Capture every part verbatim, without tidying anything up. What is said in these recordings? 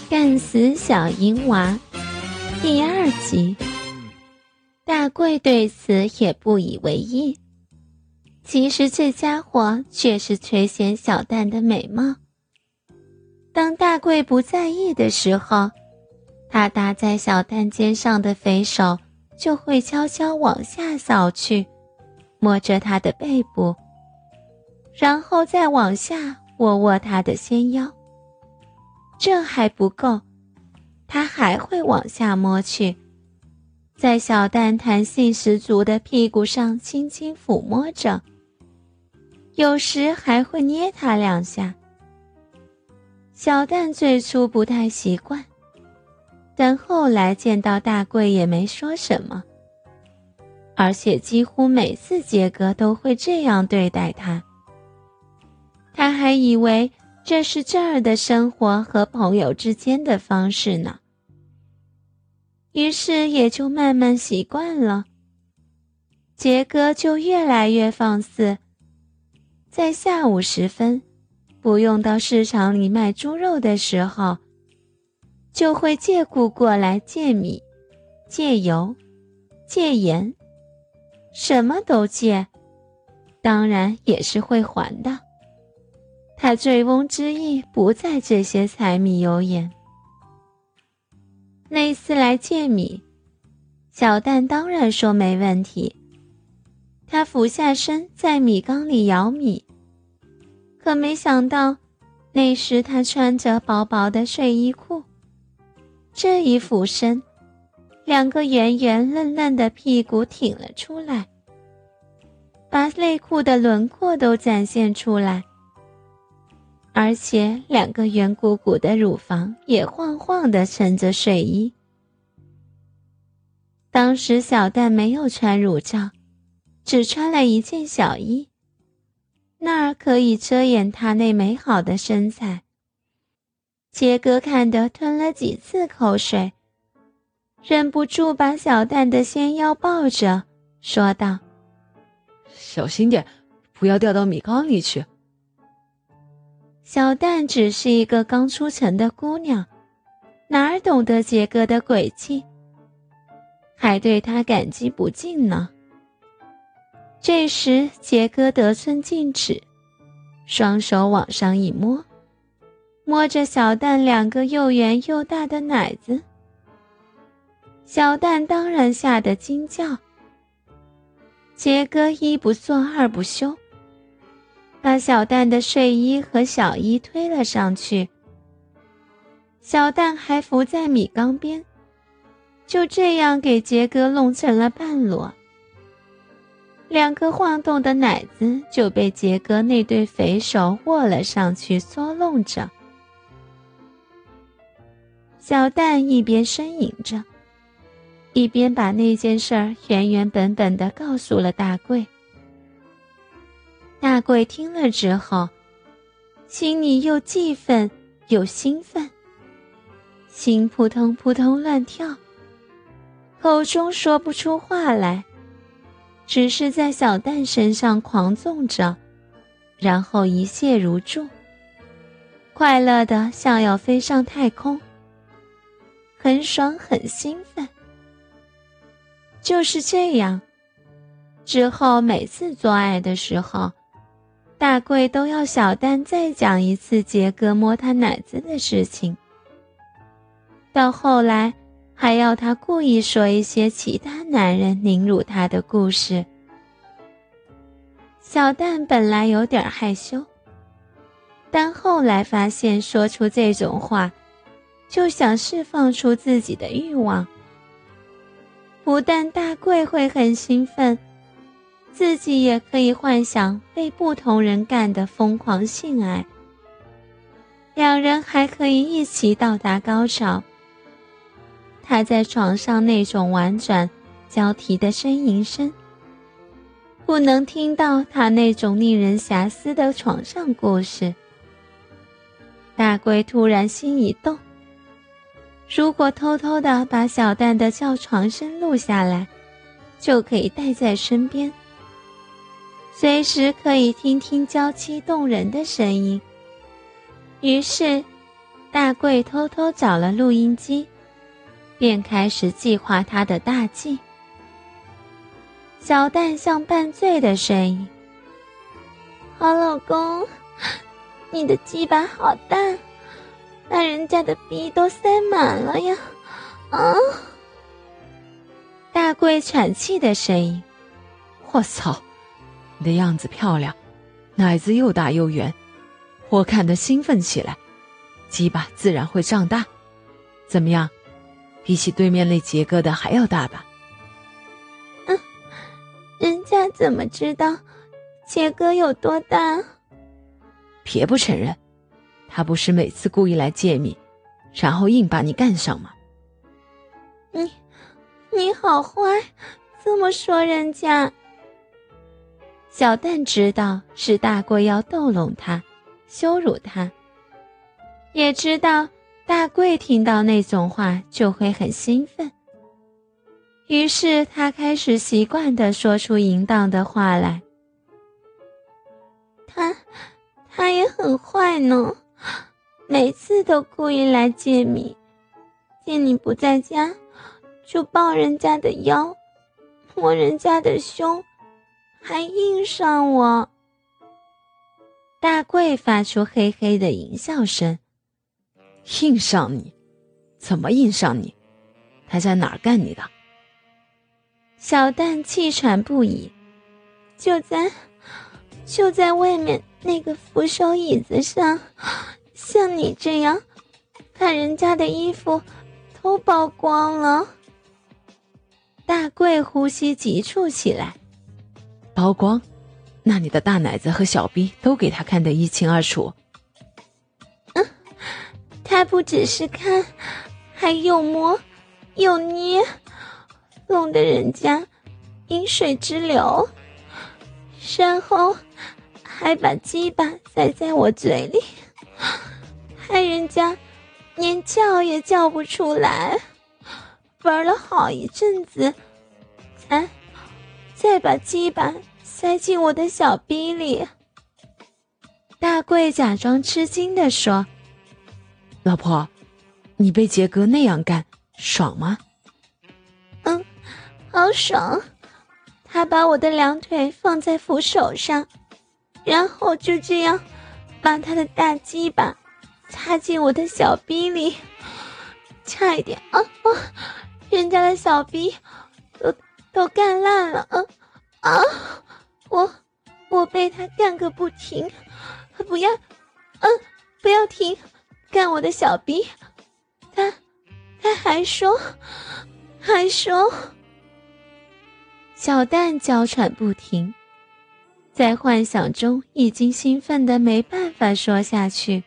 干死小银娃第二集。大贵对此也不以为意，其实这家伙却是垂涎小蛋的美貌。当大贵不在意的时候，他搭在小蛋肩上的肥手就会悄悄往下扫去，摸着他的背部，然后再往下握握他的纤腰。这还不够，他还会往下摸去，在小蛋弹性十足的屁股上轻轻抚摸着，有时还会捏他两下。小蛋最初不太习惯，但后来见到大贵也没说什么，而且几乎每次杰哥都会这样对待他。他还以为这是这儿的生活和朋友之间的方式呢，于是也就慢慢习惯了。杰哥就越来越放肆，在下午时分，不用到市场里卖猪肉的时候，就会借故过来借米、借油、借盐，什么都借，当然也是会还的。他醉翁之意不在这些柴米油盐。那次来借米，小蛋当然说没问题，他俯下身在米缸里舀米，可没想到那时他穿着薄薄的睡衣裤，这一俯身，两个圆圆嫩嫩的屁股挺了出来，把内裤的轮廓都展现出来，而且两个圆鼓鼓的乳房也晃晃地撑着睡衣。当时小蛋没有穿乳罩，只穿了一件小衣，那儿可以遮掩她那美好的身材。杰哥看得吞了几次口水，忍不住把小蛋的纤腰抱着，说道： 小心点，不要掉到米缸里去。 小蛋只是一个刚出城的姑娘，哪儿懂得杰哥的诡计，还对他感激不尽呢。这时杰哥得寸进尺，双手往上一摸，摸着小蛋两个又圆又大的奶子。小蛋当然吓得惊叫。杰哥一不做二不休，把小蛋的睡衣和小衣推了上去，小蛋还伏在米缸边，就这样给杰哥弄成了半裸。两个晃动的奶子就被杰哥那对肥手握了上去，搓弄着。小蛋一边呻吟着，一边把那件事儿原原本本地告诉了大贵。大贵听了之后，心里又气愤又兴奋，心扑通扑通乱跳，口中说不出话来，只是在小蛋身上狂纵着，然后一泻如注，快乐的像要飞上太空，很爽很兴奋。就是这样，之后每次做爱的时候，大贵都要小蛋再讲一次杰哥摸他奶子的事情，到后来还要他故意说一些其他男人凌辱他的故事。小蛋本来有点害羞，但后来发现说出这种话，就想释放出自己的欲望。不但大贵会很兴奋，自己也可以幻想被不同人干的疯狂性爱，两人还可以一起到达高潮。他在床上那种婉转交替的呻吟声，不能听到他那种令人遐思的床上故事。大贵突然心一动，如果偷偷地把小蛋的叫床声录下来，就可以带在身边，随时可以听听娇妻动人的声音。于是大贵偷偷找了录音机，便开始计划他的大计。小蛋像半醉的声音：好老公，你的鸡巴好大，把人家的逼都塞满了呀！啊！大贵喘气的声音： 我操，你的样子漂亮，奶子又大又圆，我看得兴奋起来，鸡巴自然会胀大。怎么样，比起对面那杰哥的还要大吧？ 嗯，人家怎么知道杰哥有多大？ 别不承认，他不是每次故意来借米，然后硬把你干上吗？ 你你好坏，这么说人家。小蛋知道是大贵要逗弄他，羞辱他，也知道大贵听到那种话就会很兴奋，于是他开始习惯地说出淫荡的话来。他他也很坏呢，每次都故意来借米，见你不在家就抱人家的腰，摸人家的胸，还硬上我。大贵发出嘿嘿的淫笑声。 硬上你？怎么硬上你？他在哪儿干你的？ 小蛋气喘不已，就在就在外面那个扶手椅子上，像你这样把人家的衣服都剥光了。大贵呼吸急促起来。 剥光？那你的大奶子和小逼都给他看得一清二楚。 嗯，他不只是看，还又摸又捏，弄得人家饮水直流，然后还把鸡巴塞在我嘴里，害人家连叫也叫不出来，玩了好一阵子，才再把鸡巴塞进我的小逼里。大贵假装吃惊地说： 老婆，你被杰哥那样干，爽吗？ 嗯，好爽。他把我的两腿放在扶手上，然后就这样把他的大鸡巴插进我的小逼里，差一点啊啊！人家的小逼都都干烂了，啊啊！我我被他干个不停，不要，嗯，不要停，干我的小逼！他他还说还说。小蛋娇喘不停，在幻想中已经兴奋得没办法说下去。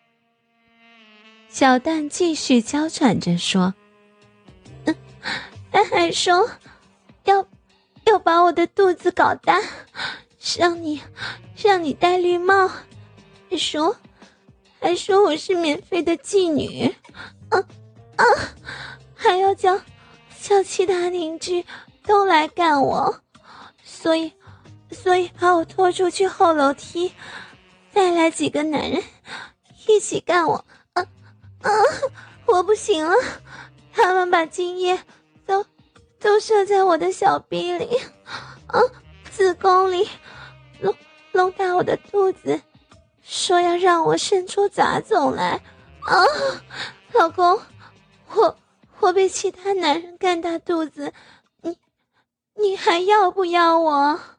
小蛋继续娇喘着说：嗯，他还说要要把我的肚子搞大，让你让你戴绿帽，还说还说我是免费的妓女，啊啊，还要叫叫其他邻居都来干我，所以所以把我拖出去后楼梯，再来几个男人一起干我，啊啊！我不行了，他们把精液都都射在我的小逼里，啊，子宫里，弄弄大我的肚子，说要让我生出杂种来，啊，老公，我我被其他男人干大肚子，你你还要不要我？